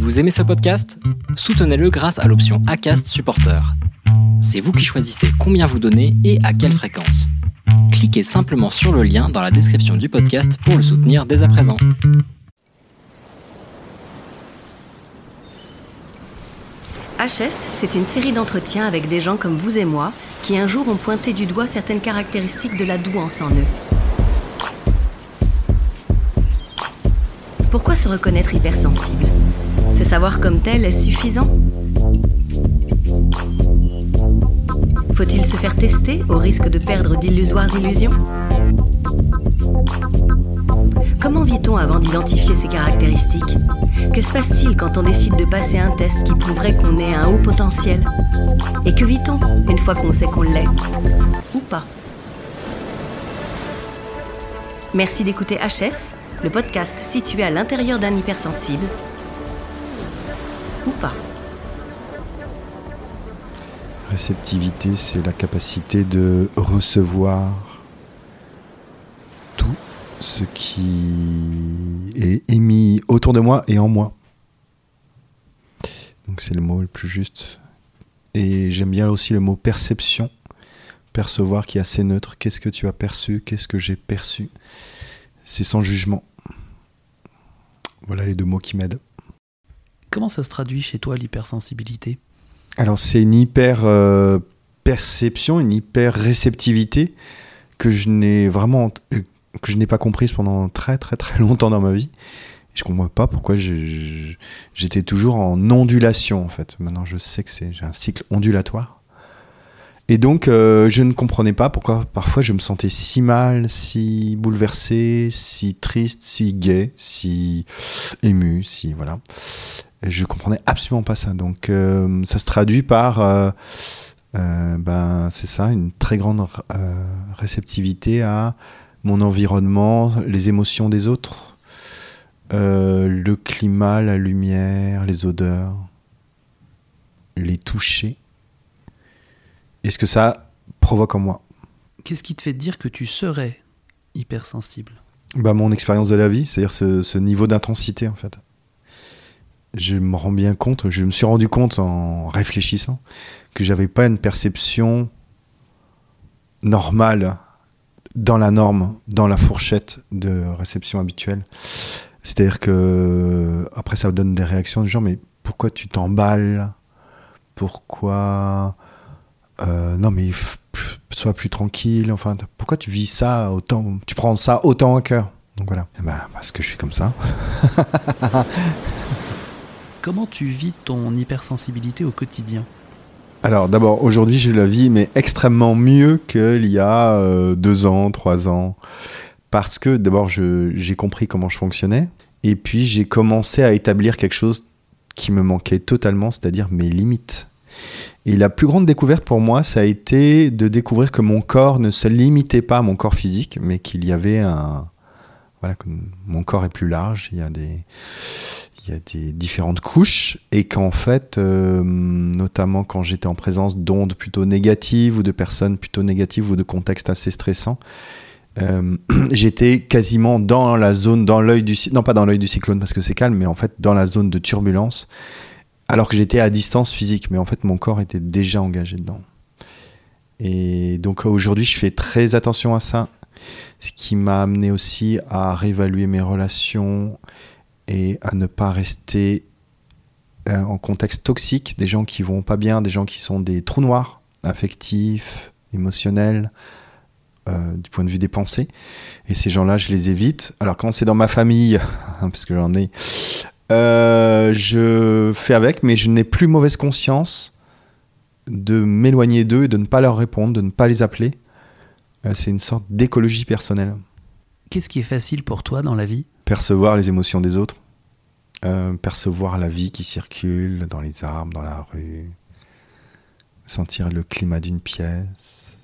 Vous aimez ce podcast ? Soutenez-le grâce à l'option Acast Supporter. C'est vous qui choisissez combien vous donnez et à quelle fréquence. Cliquez simplement sur le lien dans la description du podcast pour le soutenir dès à présent. HS, c'est une série d'entretiens avec des gens comme vous et moi qui un jour ont pointé du doigt certaines caractéristiques de la douance en eux. Pourquoi se reconnaître hypersensible ? Se savoir comme tel, est-ce suffisant ? Faut-il se faire tester au risque de perdre d'illusoires illusions ? Comment vit-on avant d'identifier ces caractéristiques ? Que se passe-t-il quand on décide de passer un test qui prouverait qu'on ait un haut potentiel ? Et que vit-on une fois qu'on sait qu'on l'est ? Ou pas ? Merci d'écouter HS, le podcast situé à l'intérieur d'un hypersensible. Ou pas. Réceptivité, c'est la capacité de recevoir tout ce qui est émis autour de moi et en moi. Donc c'est le mot le plus juste. Et j'aime bien aussi le mot perception. Percevoir qui est assez neutre. Qu'est-ce que tu as perçu ? Qu'est-ce que j'ai perçu ? C'est sans jugement. Voilà les deux mots qui m'aident. Comment ça se traduit chez toi, l'hypersensibilité ? Alors c'est une hyper-perception, une hyper-réceptivité que je n'ai pas comprise pendant très très très longtemps dans ma vie. Je ne comprends pas pourquoi j'étais toujours en ondulation en fait. Maintenant je sais que j'ai un cycle ondulatoire. Et donc je ne comprenais pas pourquoi parfois je me sentais si mal, si bouleversé, si triste, si gai, si ému, si voilà. Je comprenais absolument pas ça. Donc ça se traduit par c'est ça, une très grande réceptivité à mon environnement, les émotions des autres, le climat, la lumière, les odeurs, les toucher. Et ce que ça provoque en moi. Qu'est-ce qui te fait dire que tu serais hypersensible ? Mon expérience de la vie, c'est-à-dire ce niveau d'intensité en fait. Je me rends bien compte, je me suis rendu compte en réfléchissant que j'avais pas une perception normale dans la norme, dans la fourchette de réception habituelle. C'est-à-dire que après ça donne des réactions du genre mais pourquoi tu t'emballes ? Pourquoi non mais sois plus tranquille, enfin pourquoi tu vis ça autant, tu prends ça autant à cœur. Donc voilà, parce que je suis comme ça. Comment tu vis ton hypersensibilité au quotidien ? Alors d'abord, aujourd'hui, je la vis, mais extrêmement mieux qu'il y a 2 ans, 3 ans. Parce que d'abord, j'ai compris comment je fonctionnais. Et puis, j'ai commencé à établir quelque chose qui me manquait totalement, c'est-à-dire mes limites. Et la plus grande découverte pour moi, ça a été de découvrir que mon corps ne se limitait pas à mon corps physique, mais qu'il y avait que mon corps est plus large, il y a des différentes couches et qu'en fait, notamment quand j'étais en présence d'ondes plutôt négatives ou de personnes plutôt négatives ou de contextes assez stressants, j'étais quasiment dans la zone, dans l'œil du non pas dans l'œil du cyclone parce que c'est calme, mais en fait dans la zone de turbulence, alors que j'étais à distance physique, mais en fait mon corps était déjà engagé dedans. Et donc aujourd'hui, je fais très attention à ça, ce qui m'a amené aussi à réévaluer mes relations et à ne pas rester en contexte toxique, des gens qui vont pas bien, des gens qui sont des trous noirs, affectifs, émotionnels, du point de vue des pensées. Et ces gens-là, je les évite. Alors quand c'est dans ma famille, parce que j'en ai, je fais avec, mais je n'ai plus mauvaise conscience de m'éloigner d'eux et de ne pas leur répondre, de ne pas les appeler. C'est une sorte d'écologie personnelle. Qu'est-ce qui est facile pour toi dans la vie ? Percevoir les émotions des autres, percevoir la vie qui circule dans les arbres, dans la rue, sentir le climat d'une pièce,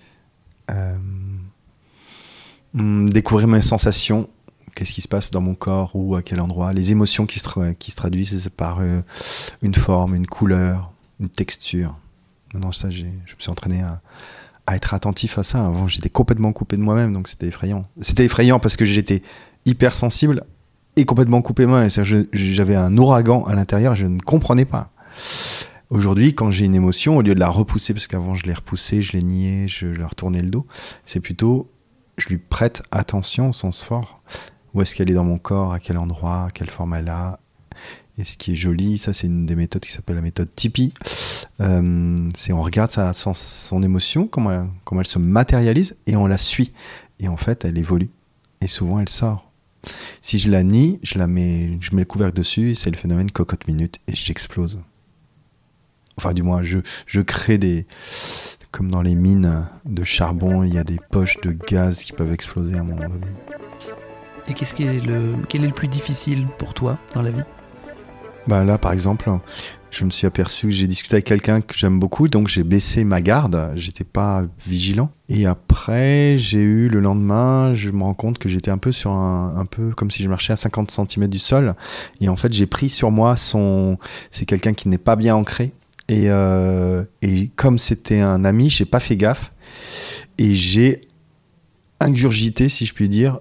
découvrir mes sensations, qu'est-ce qui se passe dans mon corps ou à quel endroit, les émotions qui se traduisent par une forme, une couleur, une texture. Maintenant, ça, je me suis entraîné à être attentif à ça. Avant, j'étais complètement coupé de moi-même, donc c'était effrayant. C'était effrayant parce que j'étais hypersensible est complètement coupé main. J'avais un ouragan à l'intérieur et je ne comprenais pas. Aujourd'hui, quand j'ai une émotion, au lieu de la repousser, parce qu'avant je l'ai repoussée, je l'ai niée, je leur tournais le dos, c'est plutôt, je lui prête attention au sens fort. Où est-ce qu'elle est dans mon corps, à quel endroit, quelle forme elle a. Et ce qui est joli, ça c'est une des méthodes qui s'appelle la méthode Tipeee. C'est on regarde son émotion, comment elle se matérialise, et on la suit. Et en fait, elle évolue. Et souvent, elle sort. Si je la nie, je mets le couvercle dessus, c'est le phénomène cocotte minute, et j'explose. Enfin, du moins, je crée comme dans les mines de charbon, il y a des poches de gaz qui peuvent exploser à un moment donné. Et quel est le plus difficile pour toi dans la vie ? Là, par exemple, je me suis aperçu que j'ai discuté avec quelqu'un que j'aime beaucoup, donc j'ai baissé ma garde, j'étais pas vigilant. Et après, le lendemain, je me rends compte que j'étais un peu un peu comme si je marchais à 50 cm du sol. Et en fait, j'ai pris sur moi c'est quelqu'un qui n'est pas bien ancré. Et comme c'était un ami, j'ai pas fait gaffe. Et j'ai ingurgité, si je puis dire,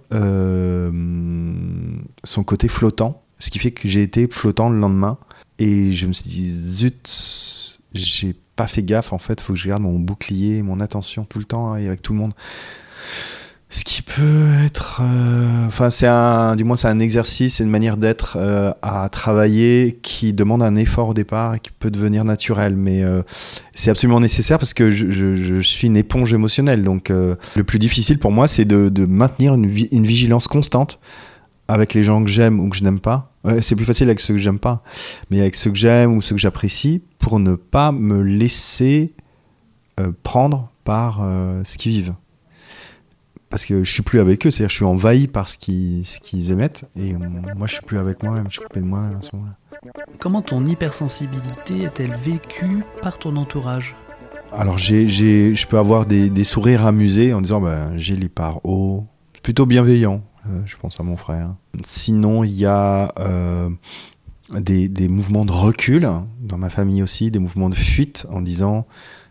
son côté flottant. Ce qui fait que j'ai été flottant le lendemain. Et je me suis dit, zut, j'ai pas fait gaffe. En fait, il faut que je garde mon bouclier, mon attention tout le temps et avec tout le monde. Ce qui peut être... c'est un exercice, c'est une manière d'être à travailler qui demande un effort au départ et qui peut devenir naturel. Mais c'est absolument nécessaire parce que je suis une éponge émotionnelle. Donc le plus difficile pour moi, c'est de maintenir une vigilance constante avec les gens que j'aime ou que je n'aime pas. C'est plus facile avec ceux que j'aime pas. Mais avec ceux que j'aime ou ceux que j'apprécie, pour ne pas me laisser prendre par ce qu'ils vivent. Parce que je suis plus avec eux, c'est-à-dire que je suis envahi par ce qu'ils émettent, et moi je suis plus avec moi-même, je suis coupé de moi-même à ce moment-là. Comment ton hypersensibilité est-elle vécue par ton entourage ? Alors je peux avoir des sourires amusés en disant j'ai l'hyper haut, plutôt bienveillant, je pense à mon frère. Sinon il y a des mouvements de recul, dans ma famille aussi, des mouvements de fuite en disant...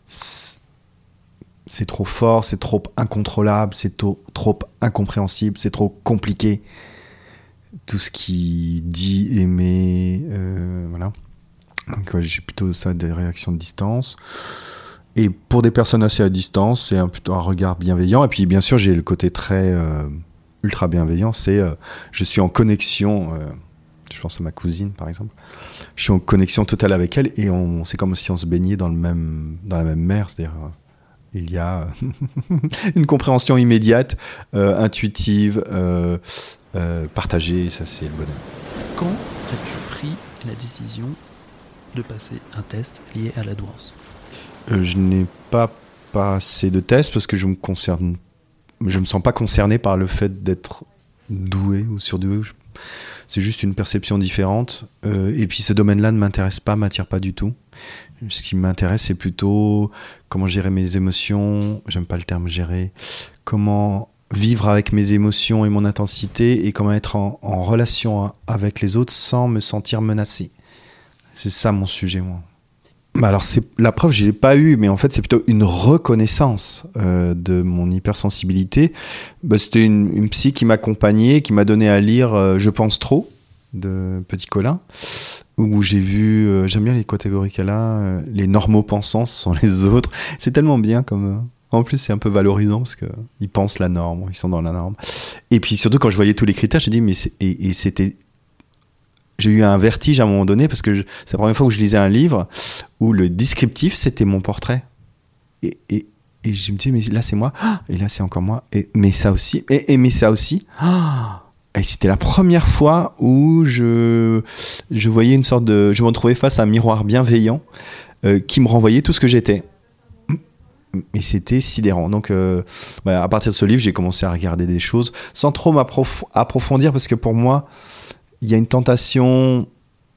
C'est trop fort, c'est trop incontrôlable, c'est trop incompréhensible, c'est trop compliqué. Tout ce qui dit, aimer, voilà. Donc j'ai plutôt ça, des réactions de distance. Et pour des personnes assez à distance, c'est plutôt un regard bienveillant. Et puis bien sûr, j'ai le côté très ultra bienveillant, c'est je suis en connexion, je pense à ma cousine par exemple, je suis en connexion totale avec elle et c'est comme si on se baignait dans la même mer, c'est-à-dire... Il y a une compréhension immédiate, intuitive, partagée, ça c'est le bonheur. Quand as-tu pris la décision de passer un test lié à la douance ? Je n'ai pas passé de test parce que je me sens pas concerné par le fait d'être doué ou surdoué. C'est juste une perception différente. Et puis ce domaine-là ne m'attire pas du tout. Ce qui m'intéresse, c'est plutôt comment gérer mes émotions. J'aime pas le terme gérer. Comment vivre avec mes émotions et mon intensité et comment être en relation avec les autres sans me sentir menacé. C'est ça mon sujet, moi. Alors, la preuve, je l'ai pas eu, mais en fait, c'est plutôt une reconnaissance de mon hypersensibilité. C'était une psy qui m'accompagnait, qui m'a donné à lire Je pense trop de Petit Colin, où j'ai vu, j'aime bien les catégories qu'elle a, les normaux pensants, ce sont les autres. C'est tellement bien comme... en plus, c'est un peu valorisant parce qu'ils pensent la norme, ils sont dans la norme. Et puis surtout, quand je voyais tous les critères, j'ai dit, mais c'était... J'ai eu un vertige à un moment donné parce que c'est la première fois que je lisais un livre où le descriptif, c'était mon portrait. Et je me disais, mais là, c'est moi. Et là, c'est encore moi. Mais ça aussi. Mais ça aussi. Et c'était la première fois où je voyais une sorte de... Je me retrouvais face à un miroir bienveillant qui me renvoyait tout ce que j'étais. Mais c'était sidérant. Donc, à partir de ce livre, j'ai commencé à regarder des choses sans trop approfondir parce que pour moi, il y a une tentation,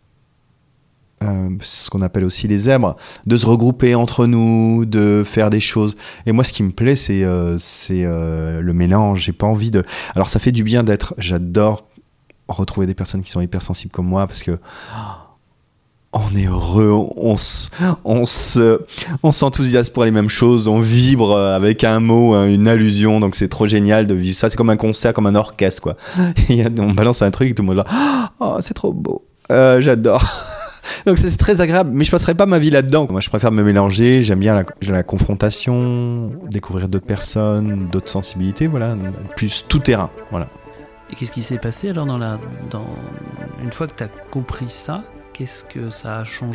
ce qu'on appelle aussi les zèbres, de se regrouper entre nous, de faire des choses. Et moi, ce qui me plaît, c'est le mélange. J'ai pas envie de... Alors, ça fait du bien d'être... J'adore retrouver des personnes qui sont hypersensibles comme moi parce que on est heureux, on s'enthousiasme pour les mêmes choses, on vibre avec un mot, une allusion, donc c'est trop génial de vivre ça. C'est comme un concert, comme un orchestre, quoi. On balance un truc et tout le monde là, oh, c'est trop beau, j'adore. Donc c'est très agréable, mais je passerai pas ma vie là-dedans. Moi, je préfère me mélanger, j'aime bien la confrontation, découvrir d'autres personnes, d'autres sensibilités, voilà, plus tout terrain, voilà. Et qu'est-ce qui s'est passé alors une fois que tu as compris ça, qu'est-ce que ça a changé ?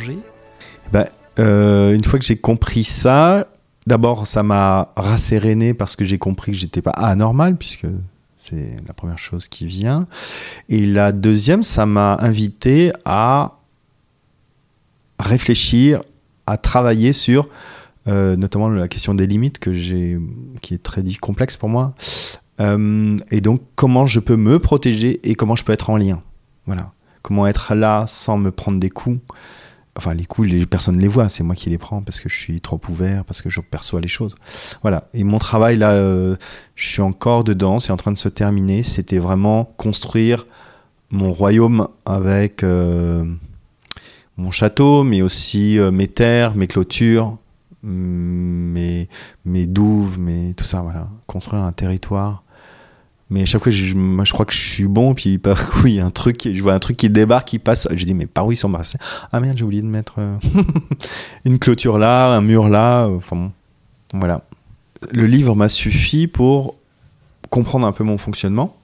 Une fois que j'ai compris ça, d'abord ça m'a rasséréné parce que j'ai compris que j'étais pas anormal, puisque c'est la première chose qui vient. Et la deuxième, ça m'a invité à réfléchir, à travailler sur notamment la question des limites qui est très complexe pour moi. Et donc comment je peux me protéger et comment je peux être en lien. Voilà. Comment être là sans me prendre des coups. Enfin, les coups, personne ne les voit, c'est moi qui les prends parce que je suis trop ouvert, parce que je perçois les choses. Voilà. Et mon travail, là, je suis encore dedans, c'est en train de se terminer. C'était vraiment construire mon royaume avec mon château, mais aussi mes terres, mes clôtures, mes douves, tout ça, voilà. Construire un territoire. Mais à chaque fois, je crois que je suis bon, puis par coup, il y a je vois un truc qui débarque, qui passe. Je dis, mais par où ils sont passés ? Ah merde, j'ai oublié de mettre une clôture là, un mur là. Enfin bon, voilà. Le livre m'a suffi pour comprendre un peu mon fonctionnement.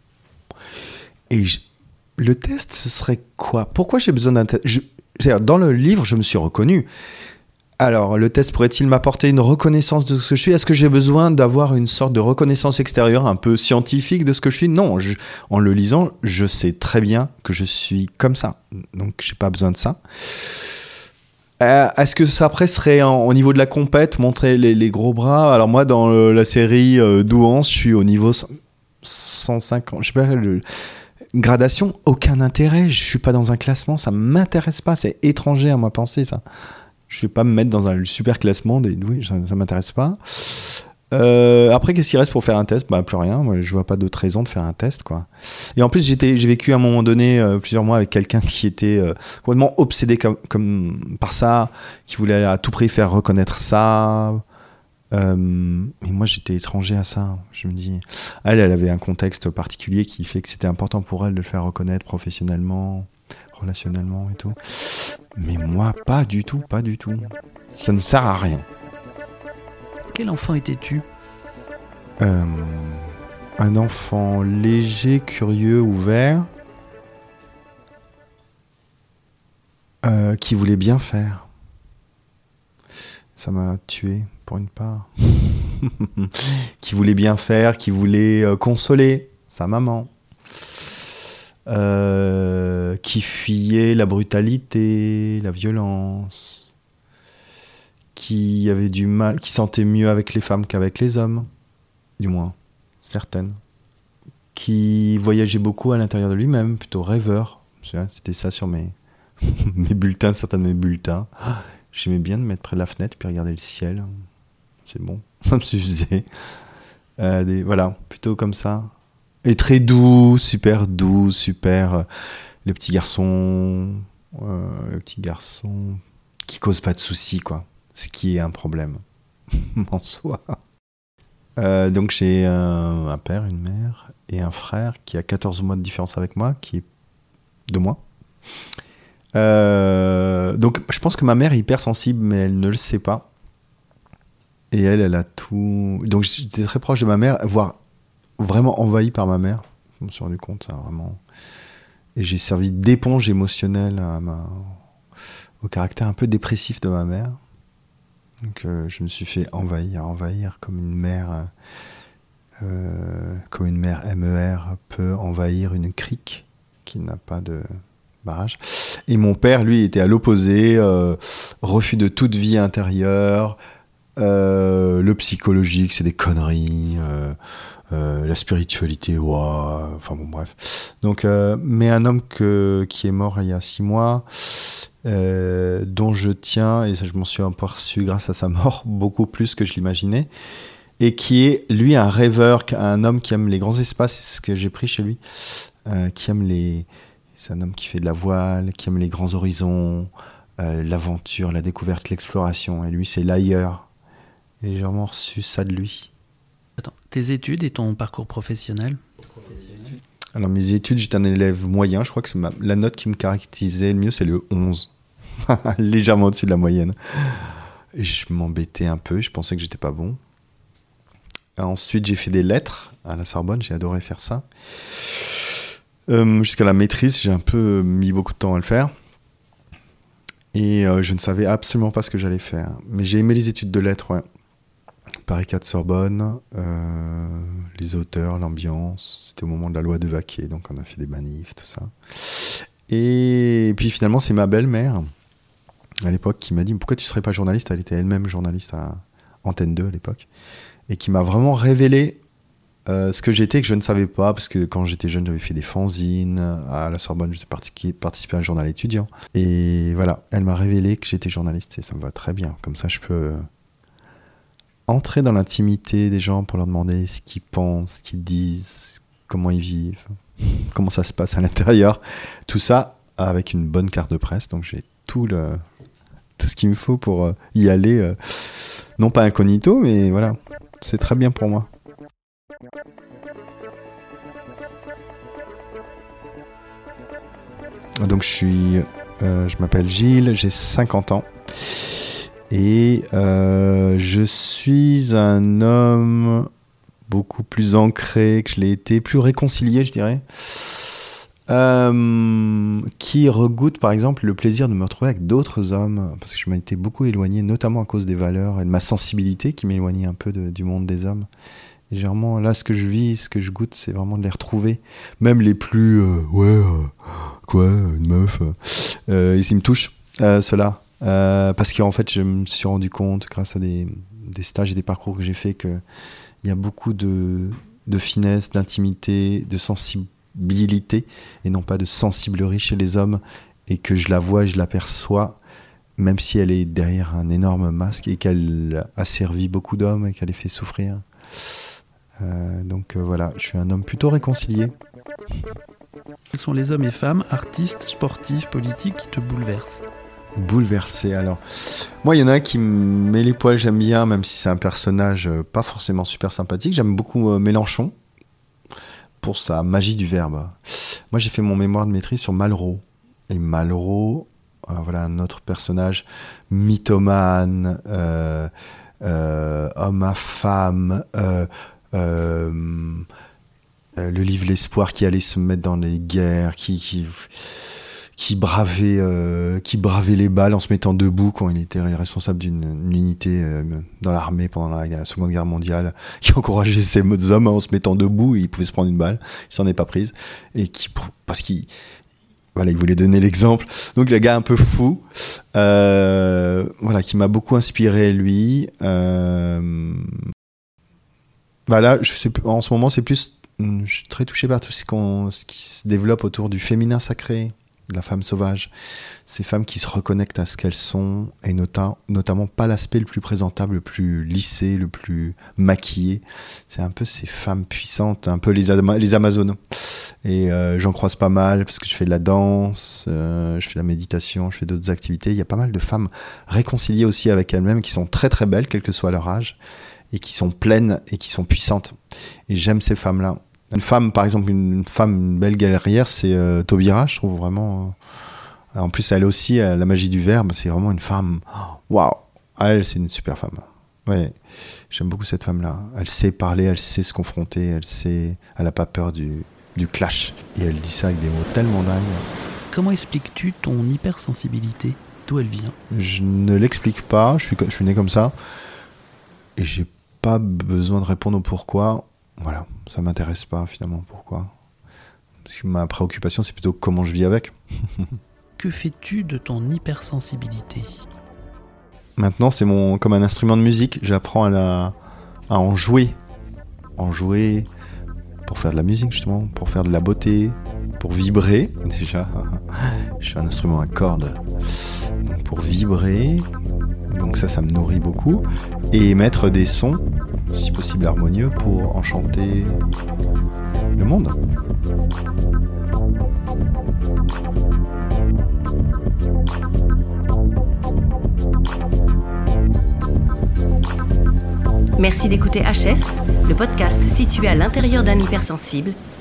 Et le test, ce serait quoi ? Pourquoi j'ai besoin d'un test ? Dans le livre, je me suis reconnu. Alors, le test pourrait-il m'apporter une reconnaissance de ce que je suis ? Est-ce que j'ai besoin d'avoir une sorte de reconnaissance extérieure, un peu scientifique de ce que je suis ? Non, en le lisant, je sais très bien que je suis comme ça. Donc, j'ai pas besoin de ça. Est-ce que ça, après, serait au niveau de la compète, montrer les gros bras ? Alors moi, dans la série Douance, je suis au niveau 150, je sais pas, gradation, aucun intérêt. Je suis pas dans un classement, ça m'intéresse pas. C'est étranger à ma pensée, ça. Je vais pas me mettre dans un super classement oui, ça m'intéresse pas. Après, qu'est-ce qui reste pour faire un test ? Plus rien. Moi, je vois pas d'autre raison de faire un test, quoi. Et en plus, j'ai vécu à un moment donné plusieurs mois avec quelqu'un qui était complètement obsédé comme par ça, qui voulait à tout prix faire reconnaître ça. Et moi, j'étais étranger à ça. Je me dis, elle avait un contexte particulier qui fait que c'était important pour elle de le faire reconnaître professionnellement, relationnellement et tout. Mais moi, pas du tout. Ça ne sert à rien. Quel enfant étais-tu ? Un enfant léger, curieux, ouvert, qui voulait bien faire. Ça m'a tué, pour une part. Qui voulait bien faire, qui voulait consoler sa maman. Qui fuyait la brutalité, la violence, qui avait du mal, qui sentait mieux avec les femmes qu'avec les hommes, du moins, certaines, qui voyageait beaucoup à l'intérieur de lui-même, plutôt rêveur. C'était ça sur mes bulletins, certains de mes bulletins. J'aimais bien de me mettre près de la fenêtre puis regarder le ciel. C'est bon, ça me suffisait. Voilà, plutôt comme ça. Et très doux, super le petit garçon qui cause pas de soucis, quoi. Ce qui est un problème en soi. Donc j'ai un père, une mère et un frère qui a 14 mois de différence avec moi, qui est de moi. Donc je pense que ma mère est hypersensible, mais elle ne le sait pas. Et elle a tout. Donc j'étais très proche de ma mère, voire vraiment envahi par ma mère. Je me suis rendu compte, ça, vraiment. Et j'ai servi d'éponge émotionnelle au caractère un peu dépressif de ma mère. Donc je me suis fait envahir comme une mère MER peut envahir une crique qui n'a pas de barrage. Et mon père, lui, était à l'opposé, refus de toute vie intérieure, le psychologique, c'est des conneries, la spiritualité, wow. Enfin bon, bref. Donc, mais un homme qui est mort il y a 6 mois, dont je tiens, et ça je m'en suis aperçu grâce à sa mort, beaucoup plus que je l'imaginais, et qui est, lui, un rêveur, un homme qui aime les grands espaces, c'est ce que j'ai pris chez lui, qui aime C'est un homme qui fait de la voile, qui aime les grands horizons, l'aventure, la découverte, l'exploration. Et lui, c'est l'ailleurs. Et j'ai vraiment reçu ça de lui. Attends, tes études et ton parcours professionnel? Alors, mes études, j'étais un élève moyen. Je crois que la note qui me caractérisait le mieux, c'est le 11. Légèrement au-dessus de la moyenne. Et je m'embêtais un peu. Je pensais que j'étais pas bon. Ensuite, j'ai fait des lettres à la Sorbonne. J'ai adoré faire ça. Jusqu'à la maîtrise, j'ai un peu mis beaucoup de temps à le faire. Et je ne savais absolument pas ce que j'allais faire. Mais j'ai aimé les études de lettres, ouais. Paris 4 Sorbonne, les auteurs, l'ambiance. C'était au moment de la loi de Vaquet, donc on a fait des manifs, tout ça. Et puis finalement, c'est ma belle-mère, à l'époque, qui m'a dit « Pourquoi tu ne serais pas journaliste ?» Elle était elle-même journaliste à Antenne 2 à l'époque. Et qui m'a vraiment révélé ce que j'étais, que je ne savais pas, parce que quand j'étais jeune, j'avais fait des fanzines. À la Sorbonne, j'ai participé à un journal étudiant. Et voilà, elle m'a révélé que j'étais journaliste, et ça me va très bien. Comme ça, je peux entrer dans l'intimité des gens pour leur demander ce qu'ils pensent, ce qu'ils disent, comment ils vivent, comment ça se passe à l'intérieur. Tout ça avec une bonne carte de presse, donc j'ai tout ce qu'il me faut pour y aller, non pas incognito, mais voilà, c'est très bien pour moi. Donc je m'appelle Gilles, j'ai 50 ans et je suis un homme beaucoup plus ancré que je l'ai été, plus réconcilié, je dirais, qui regoute par exemple le plaisir de me retrouver avec d'autres hommes, parce que je m'étais beaucoup éloigné, notamment à cause des valeurs et de ma sensibilité qui m'éloignait un peu du monde des hommes. Et généralement, là, ce que je vis, ce que je goûte, c'est vraiment de les retrouver. Même les plus, une meuf. Ils me touchent, ceux-là. Parce qu'en fait, je me suis rendu compte, grâce à des stages et des parcours que j'ai faits, qu'il y a beaucoup de finesse, d'intimité, de sensibilité, et non pas de sensiblerie chez les hommes, et que je la vois et je l'aperçois, même si elle est derrière un énorme masque, et qu'elle a servi beaucoup d'hommes, et qu'elle les fait souffrir. Donc voilà, je suis un homme plutôt réconcilié. Quels sont les hommes et femmes, artistes, sportifs, politiques, qui te bouleversent? Bouleversé, alors. Moi, il y en a un qui me met les poils, j'aime bien, même si c'est un personnage pas forcément super sympathique. J'aime beaucoup Mélenchon, pour sa magie du verbe. Moi, j'ai fait mon mémoire de maîtrise sur Malraux. Et Malraux, voilà un autre personnage mythomane, homme à femme, le livre L'Espoir, qui allait se mettre dans les guerres, qui bravait les balles en se mettant debout quand il était responsable d'une unité dans l'armée pendant la Seconde Guerre mondiale, qui encourageait ces hommes en se mettant debout, et il pouvait se prendre une balle, il s'en est pas prise, et parce qu'il il voulait donner l'exemple. Donc le gars un peu fou, qui m'a beaucoup inspiré, lui. Là, en ce moment, c'est plus, je suis très touché par tout ce qui se développe autour du féminin sacré, de la femme sauvage. Ces femmes qui se reconnectent à ce qu'elles sont, et notamment pas l'aspect le plus présentable, le plus lissé, le plus maquillé. C'est un peu ces femmes puissantes, un peu les Amazones. Et j'en croise pas mal, parce que je fais de la danse, je fais de la méditation, je fais d'autres activités. Il y a pas mal de femmes réconciliées aussi avec elles-mêmes, qui sont très très belles, quel que soit leur âge, et qui sont pleines et qui sont puissantes. Et j'aime ces femmes-là. Une femme, par exemple, une belle guerrière, c'est Taubira, je trouve vraiment. En plus, elle aussi, la magie du verbe, c'est vraiment une femme. Waouh! Elle, c'est une super femme. Ouais, j'aime beaucoup cette femme-là. Elle sait parler, elle sait se confronter, elle n'a pas peur du clash. Et elle dit ça avec des mots tellement dingues. Comment expliques-tu ton hypersensibilité? D'où elle vient? Je ne l'explique pas, je suis né comme ça. Et j'ai pas besoin de répondre au pourquoi. Voilà, ça m'intéresse pas finalement, pourquoi. Parce que ma préoccupation, c'est plutôt comment je vis avec. Que fais-tu de ton hypersensibilité? Maintenant, c'est comme un instrument de musique. J'apprends à en jouer. En jouer pour faire de la musique, justement, pour faire de la beauté, pour vibrer, déjà. Je suis un instrument à cordes. Donc, pour vibrer, donc ça me nourrit beaucoup. Et émettre des sons, si possible harmonieux, pour enchanter le monde. Merci d'écouter HS, le podcast situé à l'intérieur d'un hypersensible,